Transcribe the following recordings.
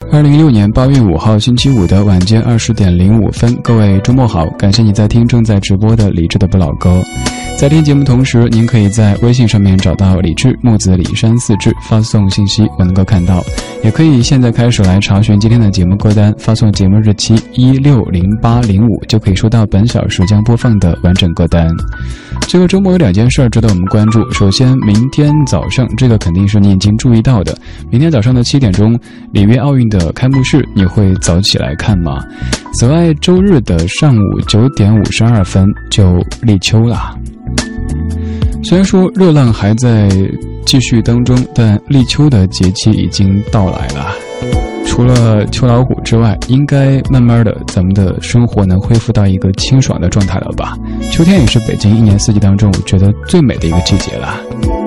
2016年8月5号星期五的晚间20点05分，各位周末好，感谢你在听正在直播的李志的不老歌。在听节目同时，您可以在微信上面找到李志，木子李山四志，发送信息我能够看到，也可以现在开始来查询今天的节目歌单，发送节目日期160805就可以收到本小时将播放的完整歌单。这个周末有2件事值得我们关注，首先明天早上，这个肯定是你已经注意到的，明天早上的7点钟里约奥运的开幕式，你会早起来看吗？此外，周日的上午9点52分就立秋了。虽然说热浪还在继续当中，但立秋的节气已经到来了。除了秋老虎之外，应该慢慢的咱们的生活能恢复到一个清爽的状态了吧。秋天也是北京一年四季当中我觉得最美的一个季节了。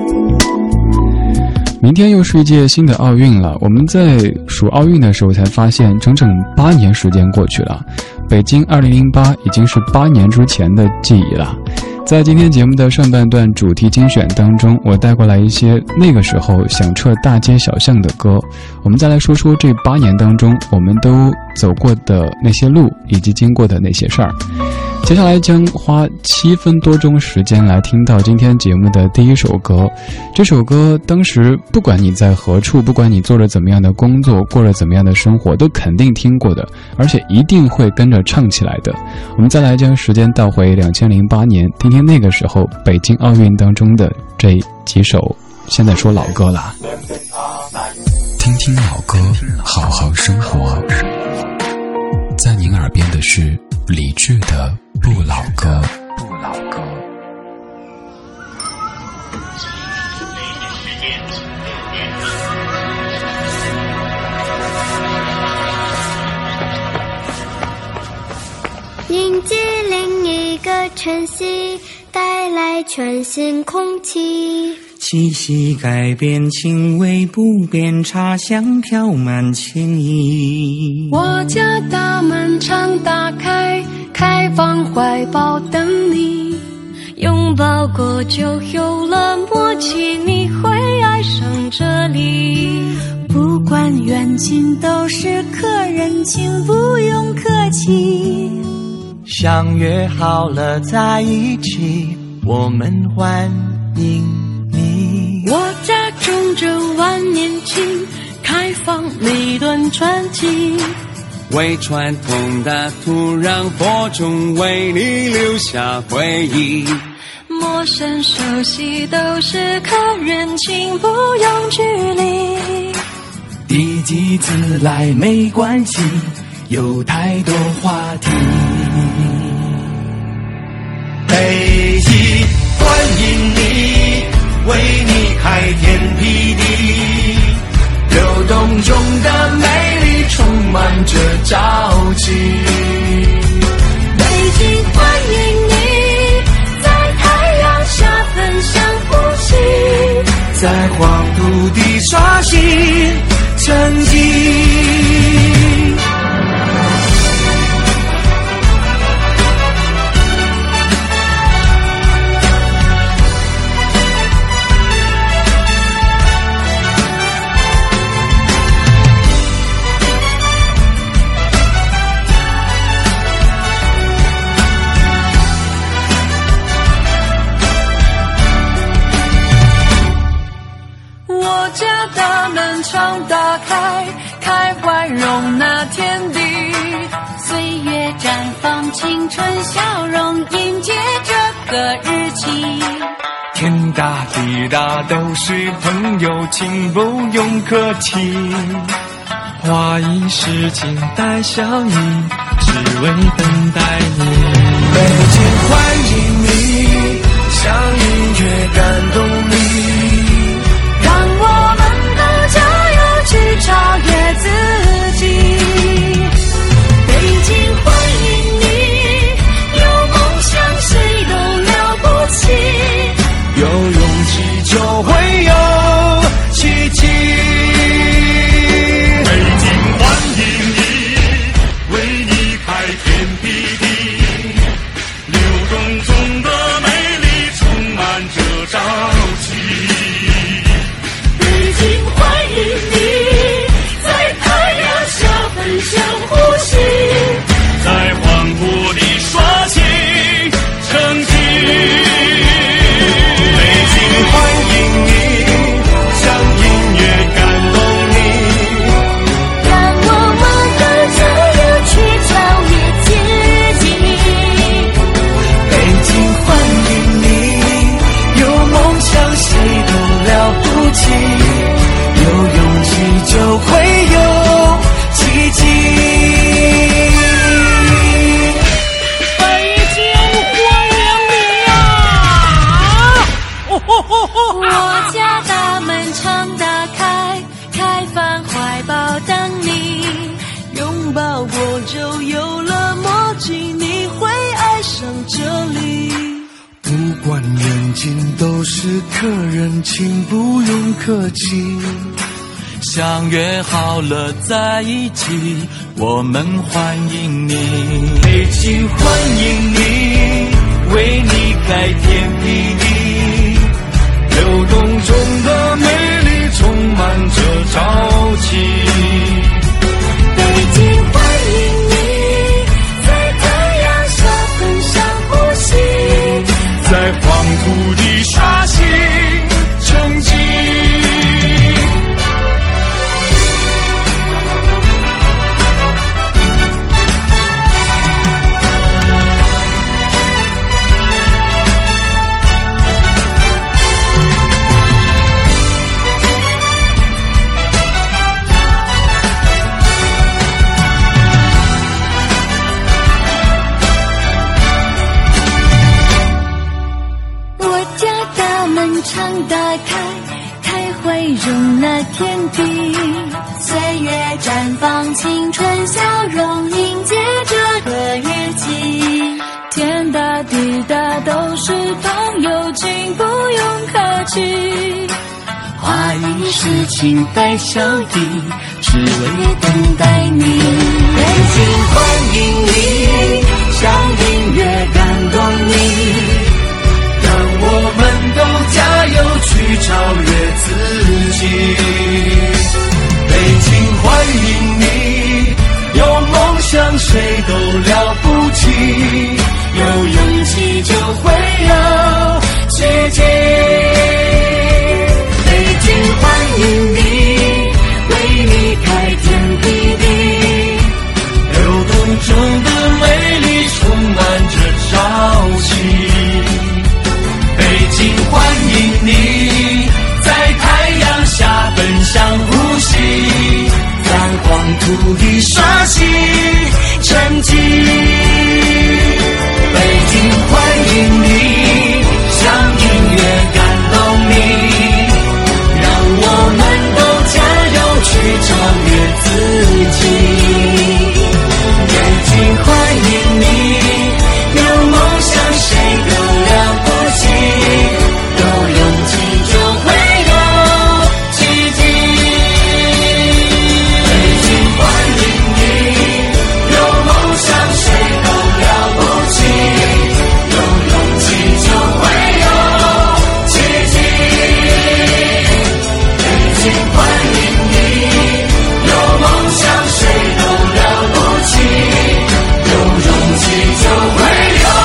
明天又是一届新的奥运了，我们在数奥运的时候才发现整整8年时间过去了，北京2008已经是8年之前的记忆了。在今天节目的上半段主题精选当中，我带过来一些那个时候响彻大街小巷的歌，我们再来说说这8年当中我们都走过的那些路以及经过的那些事儿。接下来将花7分多钟时间来听到今天节目的第一首歌。这首歌当时不管你在何处，不管你做着怎么样的工作，过着怎么样的生活，都肯定听过的，而且一定会跟着唱起来的。我们再来将时间倒回2008年，听听那个时候北京奥运当中的这几首，现在说老歌了。 听听老歌，好好生活。在您耳边的是李志的不老歌。 迎接另一个晨曦，带来全新空气， 气息改变，情味不变，茶香飘满情意。 我家大门常打开，开放怀抱等你， 拥抱过就有了默契，你会爱上这里。 不管远近都是客人，请不用客气。 相约好了在一起，我们欢迎你。 我家种着万年青，开放每段传奇， 为传统的土壤播种，为你留下回忆。 陌生熟悉都是客人，请不用距离。 第几次来没关系，有太多话题。北京欢迎你，为你开天辟地，流动中的美丽充满着朝气。 北京欢迎你，在太阳下分享呼吸， 在黄土地刷新成绩。 常打开，开怀容纳天地， 岁月绽放青春笑容，迎接这个日期。 天大地大都是朋友，请不用客气。花一世情带笑意，只为等待你。北京欢迎你，像音乐感动你， 让我们都加油去超越自己。北京欢迎你，有梦想谁都了不起， 有勇气就会有奇迹。 北京欢迎你，为你开天辟地，流动中的美丽充满着朝气。 是客人，请不用客气。相约好了在一起，我们欢迎你。北京欢迎你，为你开天辟地，流动中的美丽充满着朝气。 北京欢迎你，在太阳下分享呼吸， 在黄土地刷新成绩。 常打开，开会容纳天地，岁月绽放青春笑容，迎接这个日期。天大地大都是朋友，请不用客气。 花一世情带笑意，只为等待你。 北京欢迎你， 像音乐感动你。让我们都加油去超越自己。北京欢迎你，有梦想谁都了不起，有勇气就会有奇迹。北京欢迎你，为你开天辟地，流动中的美丽充满着朝气。北京欢迎你，在太阳下分享呼吸，在黄土地刷新成绩。北京欢迎你，像音乐感动你，让我们都加油去超越自己。北京欢迎你，有梦想谁都了不起，有勇气就会有奇迹。北京欢迎你，有梦想谁都了不起，有勇气就会有奇迹。北京欢迎你，有梦想谁都了不起，有勇气就会有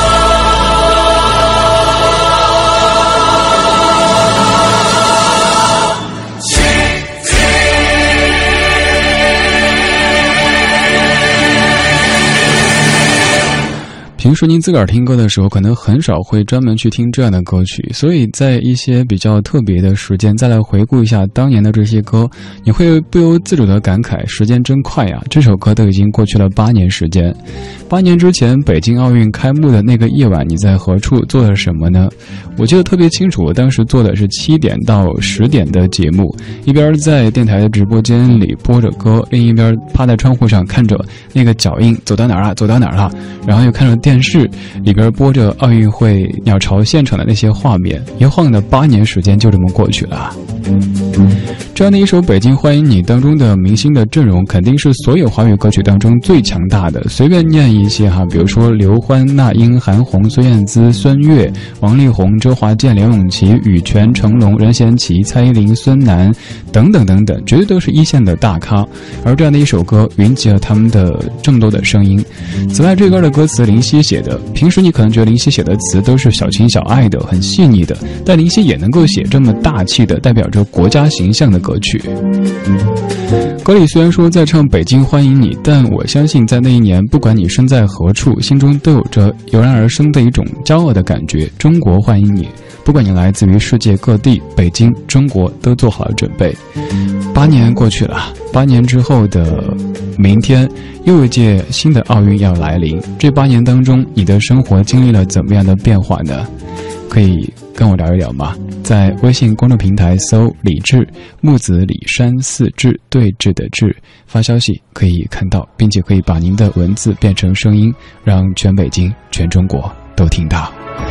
平时您自个儿听歌的时候，可能很少会专门去听这样的歌曲，所以在一些比较特别的时间再来回顾一下当年的这些歌，你会不由自主的感慨，时间真快呀！这首歌都已经过去了8年时间。8年之前，北京奥运开幕的那个夜晚，你在何处做了什么呢？我记得特别清楚，我当时做的是7点到10点的节目，一边在电台的直播间里播着歌，另一边趴在窗户上看着那个脚印走到哪儿了，走到哪儿了，然后又看着电视里边播着奥运会鸟巢现场的那些画面，一晃的8年时间就这么过去了。这样的一首《北京欢迎你》当中的明星的阵容肯定是所有华语歌曲当中最强大的，随便念一些哈，比如说刘欢、那英、韩红、孙燕姿、孙悦、王力宏、周华健、梁咏琪、羽泉、成龙、任贤齐、蔡依林、孙楠等等等等，绝对都是一线的大咖。而这样的一首歌云集了他们的这么多的声音。此外，这歌的歌词林夕写的，平时你可能觉得林夕写的词都是小情小爱的，很细腻的，但林夕也能够写这么大气的代表着国家形象的歌曲。歌里虽然说在唱北京欢迎你，但我相信在那一年，不管你身在何处，心中都有着油然而生的一种骄傲的感觉。中国欢迎你，不管你来自于世界各地，北京、中国都做好了准备。8年过去了，8年之后的明天，又一届新的奥运要来临。这8年当中，你的生活经历了怎么样的变化呢？可以跟我聊一聊吗？在微信公众平台搜李志，木子李山四志对峙的志，发消息可以看到，并且可以把您的文字变成声音，让全北京、全中国都听到。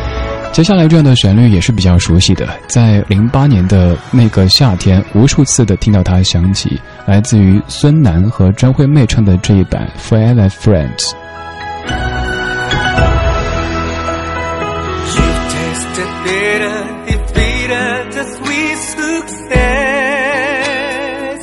接下来这样的旋律也是比较熟悉的，在08年的那个夏天，无数次的听到它响起，来自于孙楠和张惠妹唱的这一版 Forever Friends。 You tasted bitter, defeated the sweet success.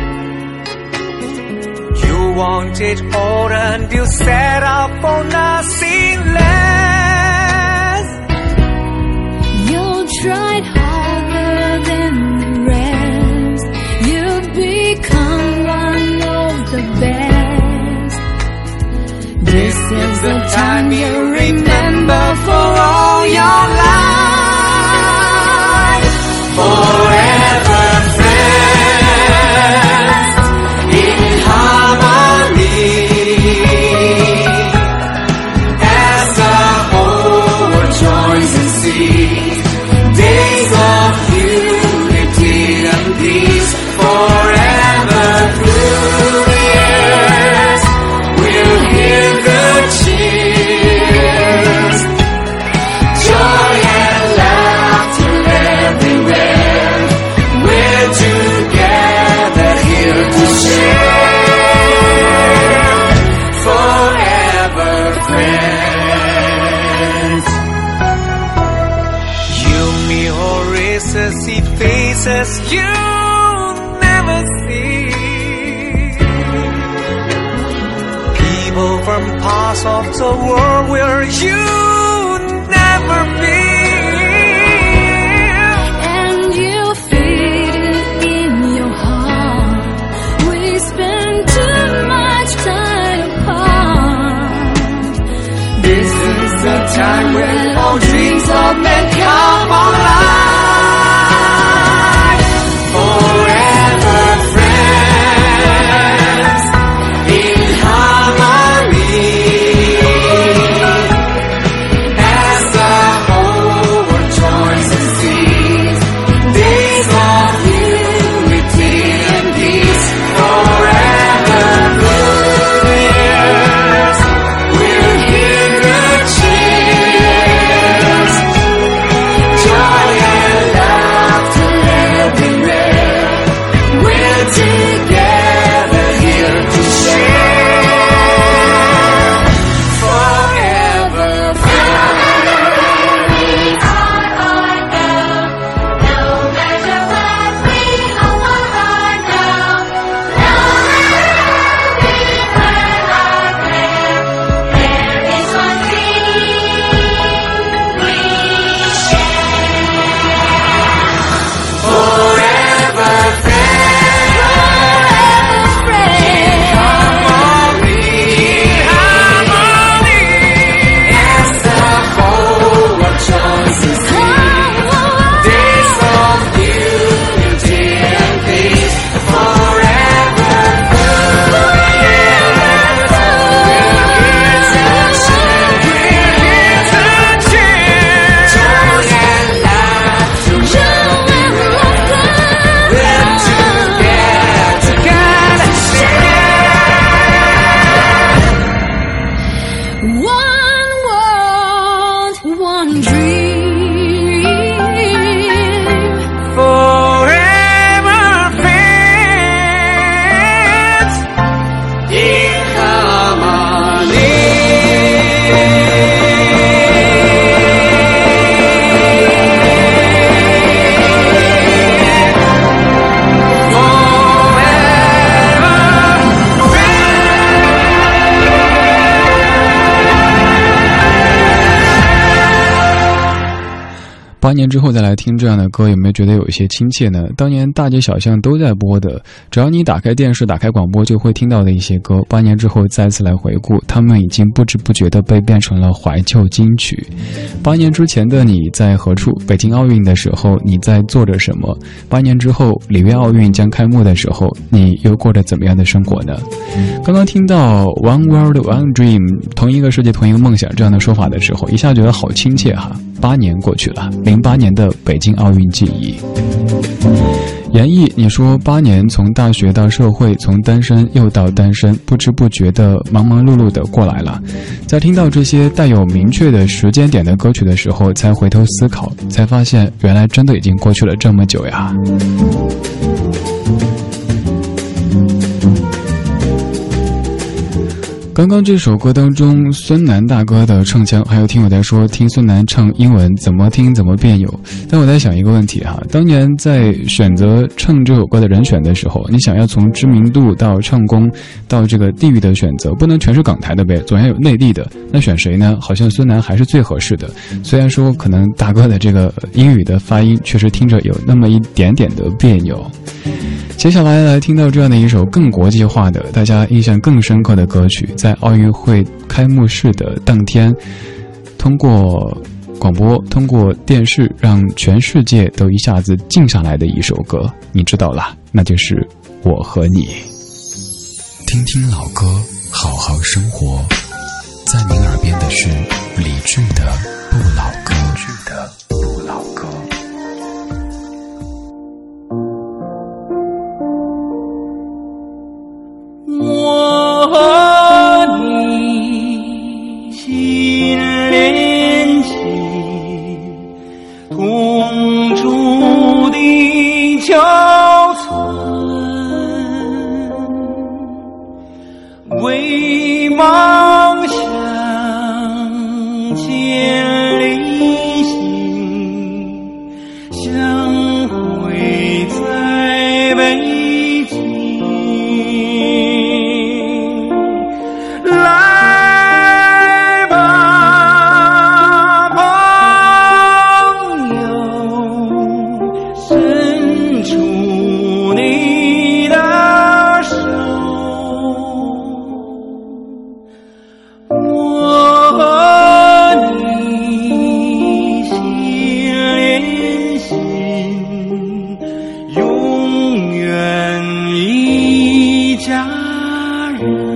You wanted all and you set up for nothing less. You tried harder than the rest. You become one of the best. This is the time you remember for all your life. Forever friends in harmony. As the whole world joins and sees days of unity and peace. Forever through the years, we'll hear the cheers, joy and laughter everywhere. We're together here to share. Forever friends. You mirrors see faces you never see. People from parts of the world where you never been. And you feel it in your heart. We spend too much time apart. This is the time when all dreams of men come alive. Forever friends in harmony. As the whole world joins and sees days of unity and peace. Forever through the years, we'll hear the cheers, joy and laughter everywhere. We're together here to share. Forever friends. No matter what we all are now, no matter we where our prayer, there is one thing we share. Forever friends. Harmony. As the whole world joins and sees days of unity and peace. Forever through the years, we're here to share. We're here to cheer, joy and laughter. We're together share. One world, one dream. Forever friends in harmony. 8年之后再来听这样的歌，有没有觉得有一些亲切呢？当年大街小巷都在播的，只要你打开电视、打开广播，就会听到的一些歌。8年之后再次来回顾，他们已经不知不觉地被变成了怀旧金曲。8年之前的你在何处？北京奥运的时候你在做着什么？8年之后里约奥运将开幕的时候，你又过着怎么样的生活呢？刚刚听到 One World One Dream， 同一个世界同一个梦想这样的说法的时候，一下觉得好亲切哈。8年过去了，08年的北京奥运记忆。 严毅，你说8年从大学到社会，从单身又到单身，不知不觉的忙忙碌碌的过来了。在听到这些带有明确的时间点的歌曲的时候，才回头思考，才发现原来真的已经过去了这么久呀。刚刚这首歌当中，孙楠大哥的唱腔，还有听友在说听孙楠唱英文怎么听怎么别扭。但我在想一个问题哈，当年在选择唱这首歌的人选的时候，你想要从知名度到唱功到这个地域的选择，不能全是港台的呗，总要有内地的。那选谁呢？好像孙楠还是最合适的。虽然说可能大哥的这个英语的发音确实听着有那么一点点的别扭。接下来听到这样的一首更国际化的、大家印象更深刻的歌曲，在奥运会开幕式的当天，通过广播、通过电视，让全世界都一下子静下来的一首歌，你知道了，那就是《我和你》。 听听老歌，好好生活。在您耳边的是理智的不老歌。 我和你心连心，同住地球村，为梦想千里行，相会在北京。来吧，朋友，伸出你的手，我和你心连心，永远一家人。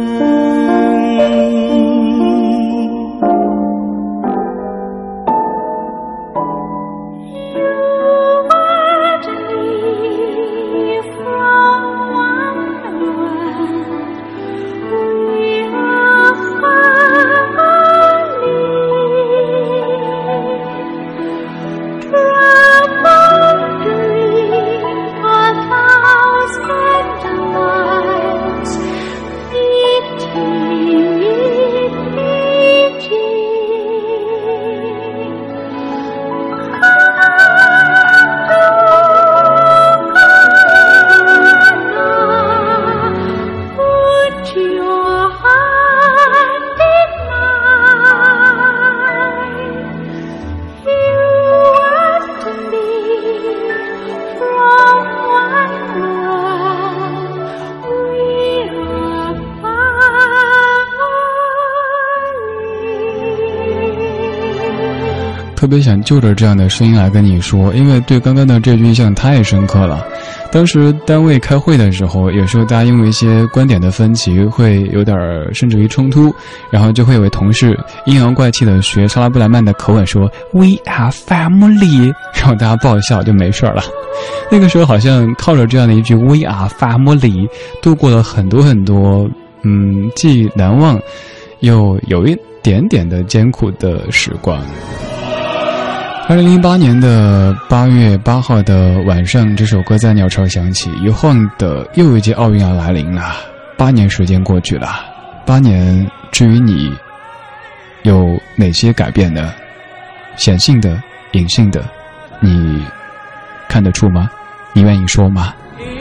特别想就着这样的声音来跟你说，因为对刚刚的这句印象太深刻了。当时单位开会的时候，有时候大家因为一些观点的分歧会有点甚至于冲突，然后就会有位同事阴阳怪气的学莎拉布莱曼的口吻说 We are family， 然后大家爆笑就没事了。那个时候好像靠着这样的一句 We are family 度过了很多很多既难忘又有一点点的艰苦的时光。2008年的8月8号的晚上，这首歌在鸟巢响起，一晃的又一届奥运要来临了。8年时间过去了，8年，至于你有哪些改变呢？显性的、隐性的，你看得出吗？你愿意说吗？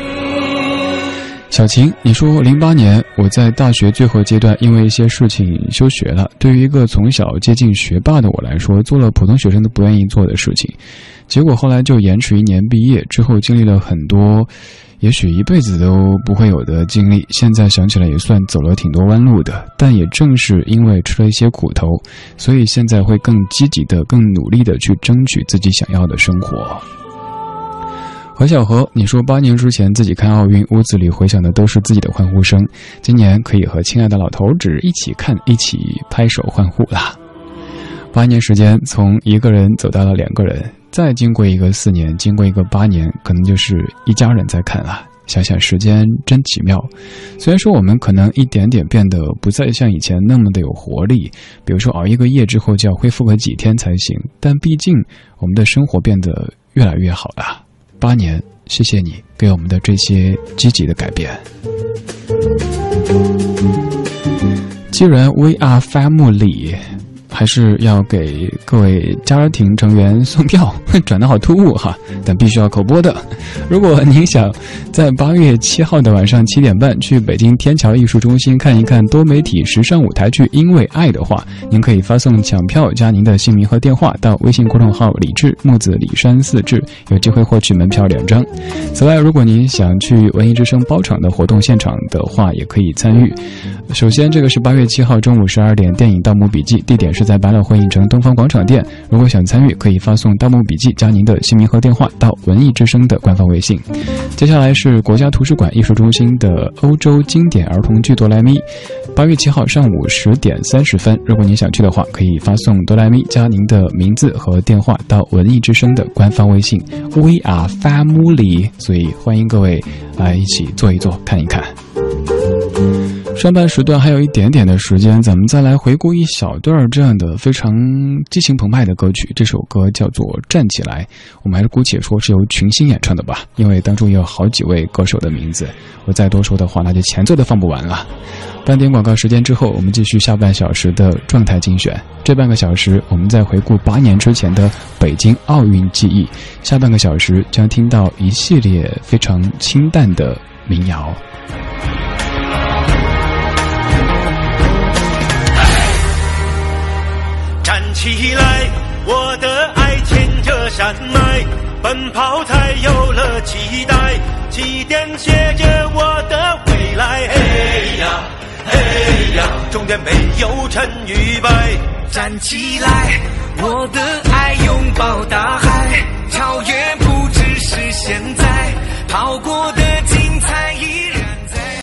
小晴，你说08年我在大学最后阶段因为一些事情休学了，对于一个从小接近学霸的我来说，做了普通学生都不愿意做的事情，结果后来就延迟1年毕业，之后经历了很多也许一辈子都不会有的经历，现在想起来也算走了挺多弯路的，但也正是因为吃了一些苦头，所以现在会更积极的、更努力的去争取自己想要的生活。何小何，你说8年之前自己看奥运，屋子里回响的都是自己的欢呼声，今年可以和亲爱的老头子一起看，一起拍手欢呼啦。8年时间，从1个人走到了2个人， 再经过一个4年，经过一个8年，可能就是一家人在看了。想想时间真奇妙，虽然说我们可能一点点变得不再像以前那么的有活力，比如说熬一个夜之后就要恢复个几天才行，但毕竟我们的生活变得越来越好了。8年，谢谢你给我们的这些积极的改变。既然 We are family，还是要给各位家庭成员送票，转得好突兀哈，但必须要口播的。如果您想在8月7号的晚上7点半去北京天桥艺术中心看一看多媒体时尚舞台剧《因为爱》的话，您可以发送抢票加您的姓名和电话到微信公众号李志木子李山4志，有机会获取门票2张。此外，如果您想去文艺之声包场的活动现场的话，也可以参与。首先，这个是8月7号中午12点电影《盗墓笔记》，地点是在百老汇影城东方广场店。如果想参与，可以发送《盗墓笔记》加您的姓名和电话到文艺之声的官方微信。接下来是国家图书馆艺术中心的欧洲经典儿童剧哆来咪，8月7号上午10点30分。如果您想去的话，可以发送哆来咪加您的名字和电话到文艺之声的官方微信 We are family， 所以欢迎各位来一起坐一坐看一看。上半时段还有一点点的时间，咱们再来回顾一小段这样的非常激情澎湃的歌曲。这首歌叫做《站起来》，我们还是姑且说是由群星演唱的吧，因为当中有好几位歌手的名字，我再多说的话那就前奏都放不完了。半点广告时间之后，我们继续下半小时的状态精选。这半个小时我们再回顾8年之前的北京奥运记忆，下半个小时将听到一系列非常清淡的民谣。 站起来，我的爱牵着山脉，奔跑才有了期待，起点写着我的未来。嘿呀嘿呀，终点没有成与败。 站起来，我的爱拥抱大海，超越不只是现在，跑过的精彩